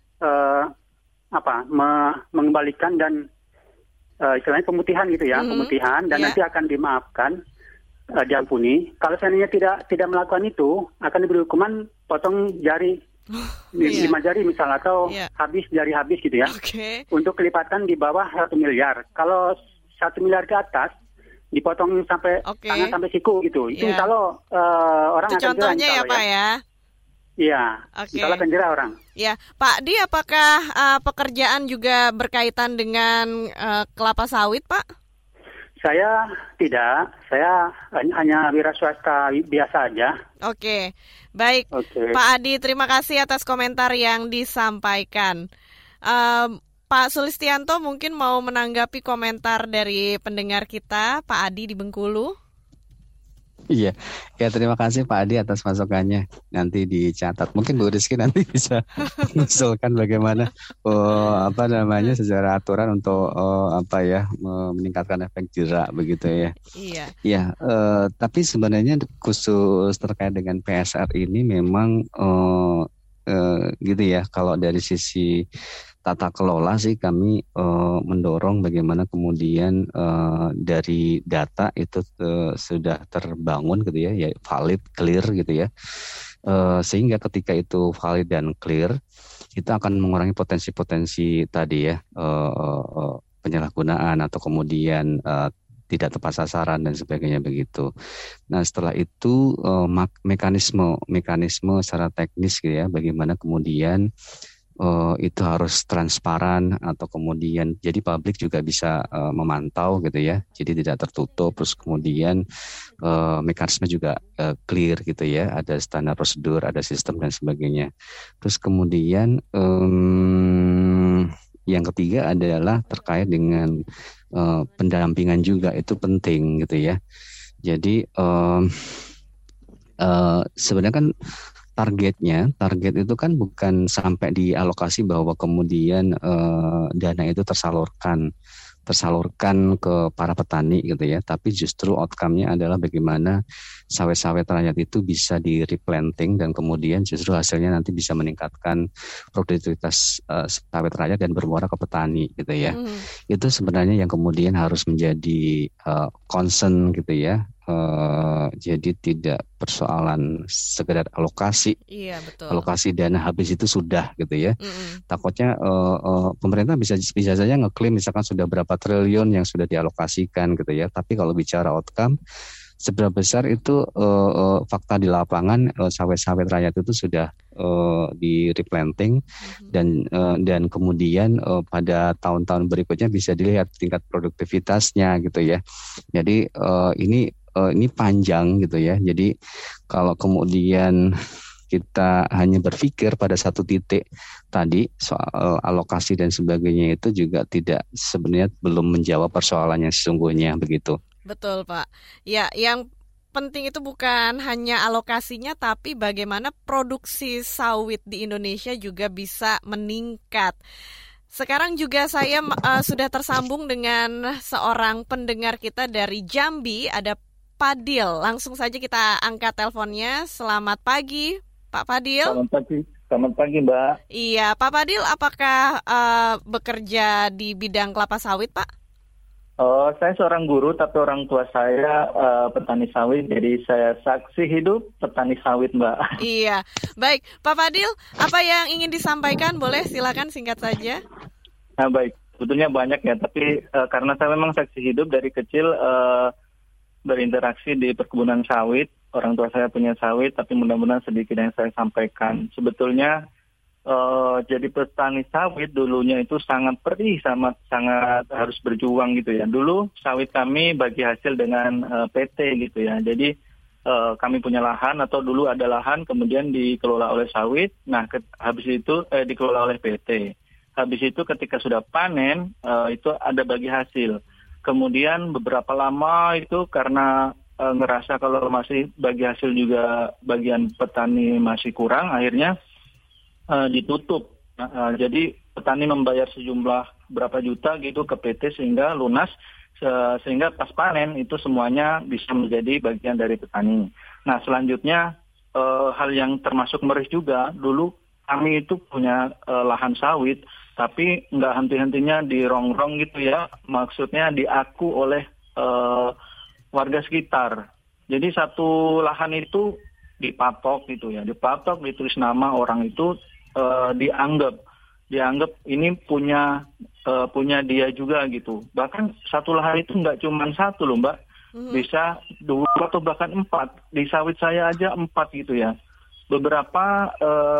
mengembalikan dan istilahnya pemutihan gitu ya, pemutihan dan nanti akan dimaafkan, diampuni. Kalau seandainya tidak melakukan itu, akan diberi hukuman potong jari, 5 jari misal, atau habis gitu ya. Okay. Untuk kelipatan di bawah 1 miliar. Kalau 1 miliar ke atas dipotong sampai tangan sampai siku gitu. Itu kalau orang itu akan jerah. Contohnya ya Pak ya. Iya, misalnya akan jerah orang. Ya, Pak Di, apakah pekerjaan juga berkaitan dengan kelapa sawit, Pak? Saya tidak, saya hanya wira swasta biasa aja. Oke, baik. Pak Adi, terima kasih atas komentar yang disampaikan. Pak Sulistianto mungkin mau menanggapi komentar dari pendengar kita, Pak Adi di Bengkulu. Iya, ya terima kasih Pak Adi atas masukannya. Nanti dicatat. Mungkin Bu Rizky nanti bisa mengusulkan bagaimana secara aturan untuk meningkatkan efek jerak begitu ya. Iya. Ya, tapi sebenarnya khusus terkait dengan PSR ini memang gitu ya. Kalau dari sisi tata kelola sih kami mendorong bagaimana kemudian dari data itu sudah terbangun gitu ya valid, clear gitu ya, sehingga ketika itu valid dan clear itu akan mengurangi potensi-potensi tadi ya, penyalahgunaan atau kemudian tidak tepat sasaran dan sebagainya begitu. Nah setelah itu mekanisme secara teknis gitu ya, bagaimana kemudian itu harus transparan atau kemudian jadi publik juga bisa memantau gitu ya, jadi tidak tertutup. Terus kemudian mekanisme juga clear gitu ya, ada standar prosedur, ada sistem dan sebagainya. Terus kemudian yang ketiga adalah terkait dengan pendampingan juga, itu penting gitu ya. Jadi sebenarnya kan target itu kan bukan sampai dialokasi bahwa kemudian dana itu tersalurkan ke para petani gitu ya, tapi justru outcome-nya adalah bagaimana sawit-sawit rakyat itu bisa di replanting dan kemudian justru hasilnya nanti bisa meningkatkan produktivitas sawit rakyat dan bermuara ke petani gitu ya. Itu sebenarnya yang kemudian harus menjadi concern gitu ya. Jadi tidak persoalan sekedar alokasi, alokasi dana habis itu sudah gitu ya. Takutnya pemerintah bisa saja ngeklaim misalkan sudah berapa triliun yang sudah dialokasikan gitu ya. Tapi kalau bicara outcome, seberapa besar itu fakta di lapangan sawit-sawit rakyat itu sudah di replanting dan kemudian pada tahun-tahun berikutnya bisa dilihat tingkat produktivitasnya gitu ya. Jadi ini panjang gitu ya. Jadi kalau kemudian kita hanya berpikir pada satu titik tadi soal alokasi dan sebagainya, itu juga tidak, sebenarnya belum menjawab persoalannya sesungguhnya begitu. Betul Pak. Ya, yang penting itu bukan hanya alokasinya, tapi bagaimana produksi sawit di Indonesia juga bisa meningkat. Sekarang juga saya sudah tersambung dengan seorang pendengar kita dari Jambi, ada Fadil. Langsung saja kita angkat teleponnya. Selamat pagi, Pak Fadil. Selamat pagi, Mbak. Iya, Pak Fadil, apakah bekerja di bidang kelapa sawit, Pak? Saya seorang guru, tapi orang tua saya petani sawit, jadi saya saksi hidup petani sawit, Mbak. Iya, baik. Pak Fadil, apa yang ingin disampaikan? Boleh, silakan singkat saja. Nah, baik. Sebetulnya banyak ya, tapi karena saya memang saksi hidup dari kecil berinteraksi di perkebunan sawit. Orang tua saya punya sawit, tapi mudah-mudahan sedikit yang saya sampaikan. Sebetulnya jadi petani sawit dulunya itu sangat perih, sangat harus berjuang gitu ya. Dulu sawit kami bagi hasil dengan PT gitu ya. Jadi kami punya lahan atau dulu ada lahan kemudian dikelola oleh sawit. Nah, habis itu dikelola oleh PT. Habis itu ketika sudah panen itu ada bagi hasil. Kemudian beberapa lama itu karena ngerasa kalau masih bagi hasil juga bagian petani masih kurang, akhirnya ditutup. Jadi petani membayar sejumlah berapa juta gitu ke PT sehingga lunas, sehingga pas panen itu semuanya bisa menjadi bagian dari petani. Nah, selanjutnya hal yang termasuk merih juga, dulu kami itu punya lahan sawit, tapi nggak henti-hentinya dirongrong gitu ya, maksudnya diaku oleh warga sekitar. Jadi satu lahan itu dipatok gitu ya, dipatok, ditulis nama orang itu, dianggap ini punya dia juga gitu. Bahkan satu lahan itu nggak cuma satu loh Mbak, bisa 2 atau bahkan 4. Di sawit saya aja 4 gitu ya. Beberapa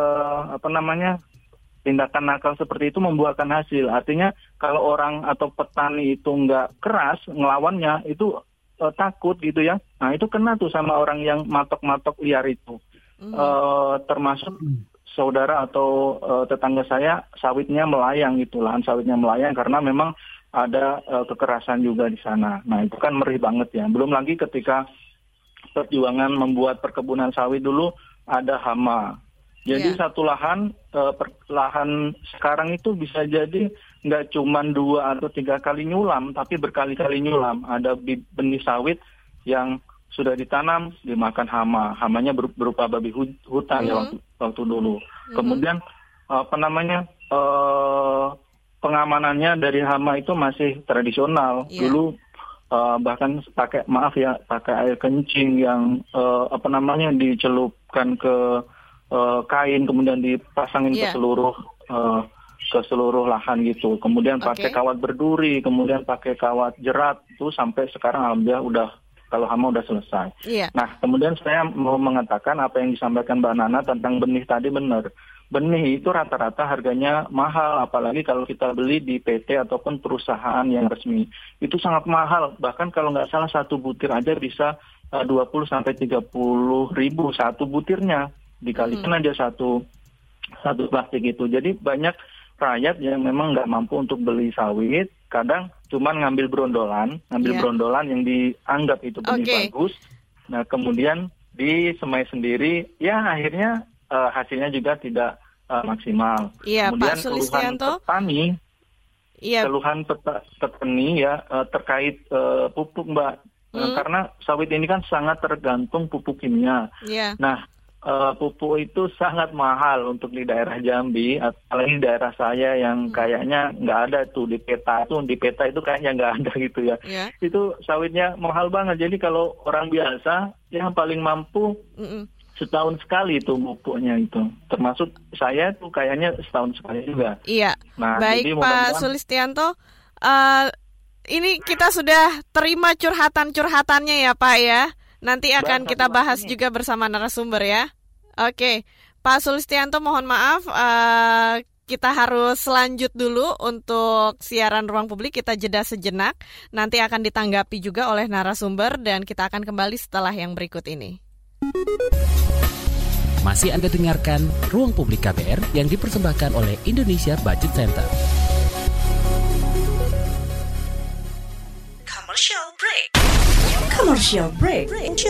tindakan nakal seperti itu membuahkan hasil. Artinya kalau orang atau petani itu nggak keras ngelawannya itu takut gitu ya. Nah itu kena tuh sama orang yang matok-matok liar itu. Termasuk saudara atau tetangga saya sawitnya melayang gitu, lahan sawitnya melayang karena memang ada kekerasan juga di sana. Nah itu kan merih banget ya. Belum lagi ketika perjuangan membuat perkebunan sawit dulu ada hama. Jadi satu lahan lahan sekarang itu bisa jadi nggak cuma 2 atau 3 kali nyulam, tapi berkali-kali nyulam. Ada benih sawit yang sudah ditanam dimakan hama. Hamanya berupa babi hutan ya waktu dulu. Kemudian pengamanannya dari hama itu masih tradisional. Dulu bahkan pakai air kencing yang dicelupkan ke kain kemudian dipasangin ke seluruh lahan gitu. Kemudian pakai kawat berduri, kemudian pakai kawat jerat itu sampai sekarang alhamdulillah kalau hama udah selesai. Nah, kemudian saya mau mengatakan apa yang disampaikan Mbak Nana tentang benih tadi benar. Benih itu rata-rata harganya mahal, apalagi kalau kita beli di PT ataupun perusahaan yang resmi. Itu sangat mahal, bahkan kalau nggak salah 1 butir aja bisa 20-30 ribu satu butirnya. Dikalikan aja satu plastik itu. Jadi banyak rakyat yang memang nggak mampu untuk beli sawit, kadang cuman ngambil brondolan yang dianggap itu benih bagus. Nah kemudian disemai sendiri, ya akhirnya hasilnya juga tidak maksimal. Kemudian keluhan petani ya terkait pupuk Mbak, karena sawit ini kan sangat tergantung pupuk kimia. Nah pupuk itu sangat mahal untuk di daerah Jambi, apalagi daerah saya yang kayaknya nggak ada tuh di peta itu kayaknya nggak ada gitu ya. Itu sawitnya mahal banget. Jadi kalau orang biasa yang paling mampu setahun sekali itu pupuknya itu. Termasuk saya tuh kayaknya setahun sekali juga. Nah, baik jadi Pak Sulistianto, ini kita sudah terima curhatannya ya Pak ya. Nanti akan kita bahas juga bersama narasumber ya. Oke, Pak Sulistianto mohon maaf, kita harus lanjut dulu untuk siaran Ruang Publik, kita jeda sejenak. Nanti akan ditanggapi juga oleh narasumber dan kita akan kembali setelah yang berikut ini. Masih Anda dengarkan Ruang Publik KBR yang dipersembahkan oleh Indonesia Budget Center. Commercial break.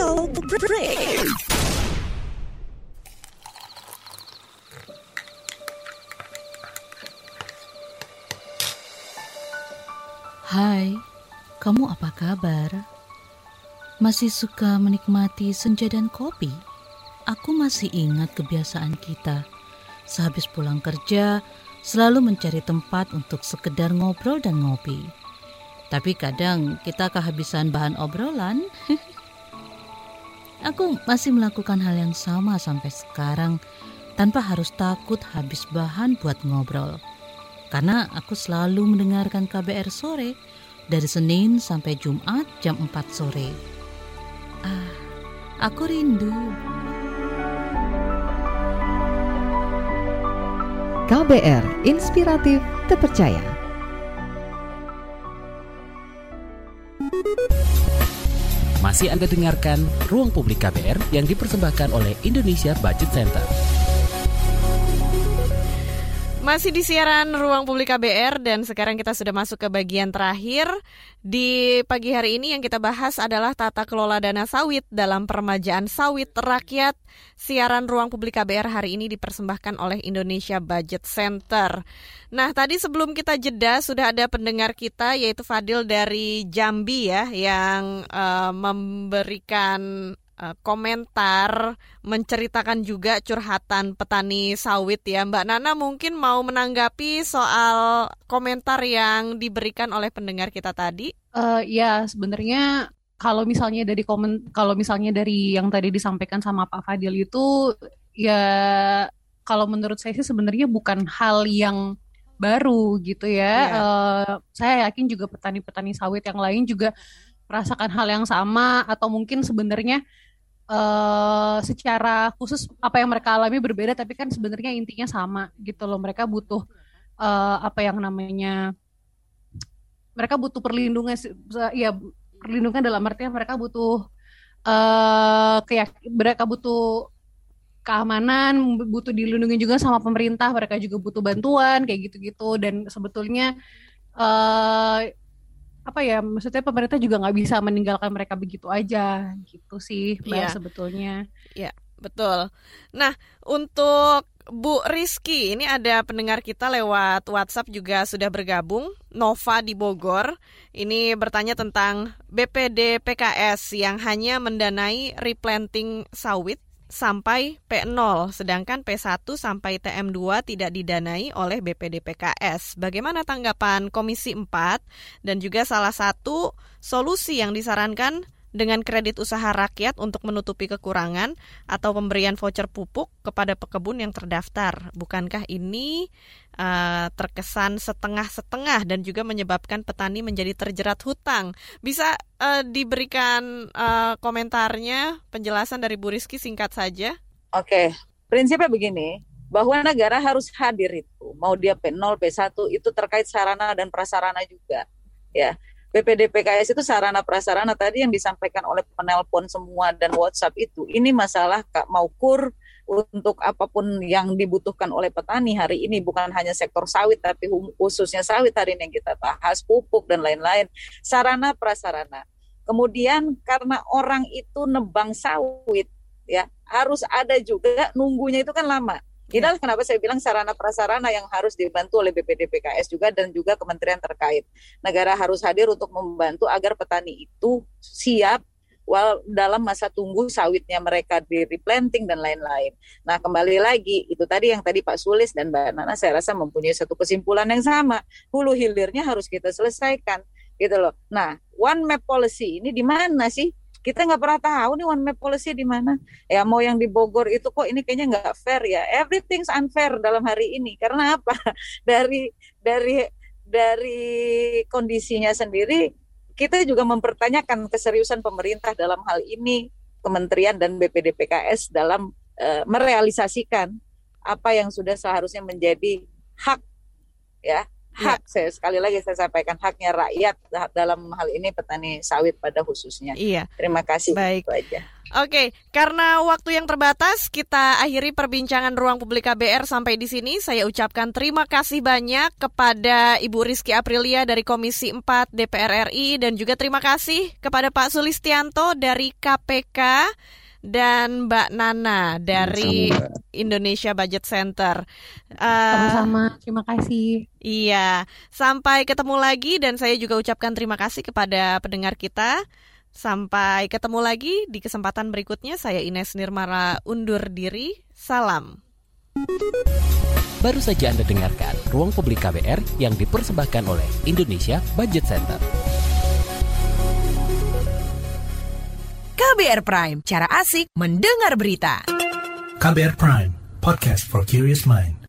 Hai, kamu apa kabar? Masih suka menikmati senja dan kopi? Aku masih ingat kebiasaan kita. Sehabis pulang kerja, selalu mencari tempat untuk sekedar ngobrol dan ngopi. Tapi kadang kita kehabisan bahan obrolan. Aku masih melakukan hal yang sama sampai sekarang tanpa harus takut habis bahan buat ngobrol. Karena aku selalu mendengarkan KBR sore dari Senin sampai Jumat jam 4 sore. Aku rindu. KBR, inspiratif, terpercaya. Masih Anda dengarkan Ruang Publik KBR yang dipersembahkan oleh Indonesia Budget Center. Masih di siaran Ruang Publik KBR dan sekarang kita sudah masuk ke bagian terakhir. Di pagi hari ini yang kita bahas adalah tata kelola dana sawit dalam peremajaan sawit rakyat. Siaran Ruang Publik KBR hari ini dipersembahkan oleh Indonesia Budget Center. Nah, tadi sebelum kita jeda sudah ada pendengar kita yaitu Fadil dari Jambi ya yang memberikan komentar, menceritakan juga curhatan petani sawit ya. Mbak Nana mungkin mau menanggapi soal komentar yang diberikan oleh pendengar kita tadi? Ya, sebenarnya kalau misalnya dari yang tadi disampaikan sama Pak Fadil itu, ya kalau menurut saya sih sebenarnya bukan hal yang baru gitu ya. Saya yakin juga petani-petani sawit yang lain juga merasakan hal yang sama atau mungkin sebenarnya secara khusus apa yang mereka alami berbeda, tapi kan sebenarnya intinya sama gitu loh. Mereka butuh mereka butuh perlindungan, ya perlindungan dalam artian mereka butuh mereka butuh keamanan, butuh dilindungi juga sama pemerintah, mereka juga butuh bantuan kayak gitu-gitu. Dan sebetulnya maksudnya pemerintah juga nggak bisa meninggalkan mereka begitu aja gitu sih Mbak sebetulnya. Iya, betul. Nah, untuk Bu Rizky, ini ada pendengar kita lewat WhatsApp juga sudah bergabung, Nova di Bogor. Ini bertanya tentang BPD PKS yang hanya mendanai replanting sawit sampai P0, sedangkan P1 sampai TM2 tidak didanai oleh BPD PKS. Bagaimana tanggapan Komisi 4 dan juga salah satu solusi yang disarankan dengan kredit usaha rakyat untuk menutupi kekurangan atau pemberian voucher pupuk kepada pekebun yang terdaftar? Bukankah ini terkesan setengah-setengah dan juga menyebabkan petani menjadi terjerat hutang? Bisa diberikan komentarnya, penjelasan dari Bu Rizky singkat saja? Oke, prinsipnya begini, bahwa negara harus hadir itu, mau dia P0, P1, itu terkait sarana dan prasarana juga, ya. BPD PKS itu sarana prasarana tadi yang disampaikan oleh penelpon semua dan WhatsApp itu, ini masalah mau kur untuk apapun yang dibutuhkan oleh petani hari ini, bukan hanya sektor sawit tapi khususnya sawit hari ini yang kita bahas, pupuk dan lain-lain, sarana prasarana. Kemudian karena orang itu nebang sawit ya, harus ada juga nunggunya itu kan lama. Inilah kenapa saya bilang sarana prasarana yang harus dibantu oleh BPD PKS juga dan juga kementerian terkait. Negara harus hadir untuk membantu agar petani itu siap dalam masa tunggu sawitnya mereka di replanting dan lain-lain. Nah, kembali lagi itu tadi yang tadi Pak Sulis dan Mbak Nana saya rasa mempunyai satu kesimpulan yang sama. Hulu hilirnya harus kita selesaikan gitu loh. Nah, one map policy ini di mana sih? Kita nggak pernah tahu nih one map policy di mana. Ya mau yang di Bogor itu kok ini kayaknya nggak fair ya. Everything's unfair dalam hari ini. Karena apa? Dari kondisinya sendiri kita juga mempertanyakan keseriusan pemerintah dalam hal ini, kementerian dan BPD PKS dalam merealisasikan apa yang sudah seharusnya menjadi hak ya. Hak, sekali lagi saya sampaikan haknya rakyat dalam hal ini petani sawit pada khususnya. Iya. Terima kasih. Baik. Itu aja. Oke, karena waktu yang terbatas, kita akhiri perbincangan Ruang Publik KBR sampai di sini. Saya ucapkan terima kasih banyak kepada Ibu Rizky Aprilia dari Komisi 4 DPR RI dan juga terima kasih kepada Pak Sulistianto dari KPK dan Mbak Nana dari Indonesia Budget Center. Sama-sama, terima kasih. Iya, sampai ketemu lagi dan saya juga ucapkan terima kasih kepada pendengar kita. Sampai ketemu lagi di kesempatan berikutnya. Saya Ines Nirmala undur diri. Salam. Baru saja Anda dengarkan Ruang Publik KBR yang dipersembahkan oleh Indonesia Budget Center. KBR Prime, cara asik mendengar berita. KBR Prime, podcast for curious mind.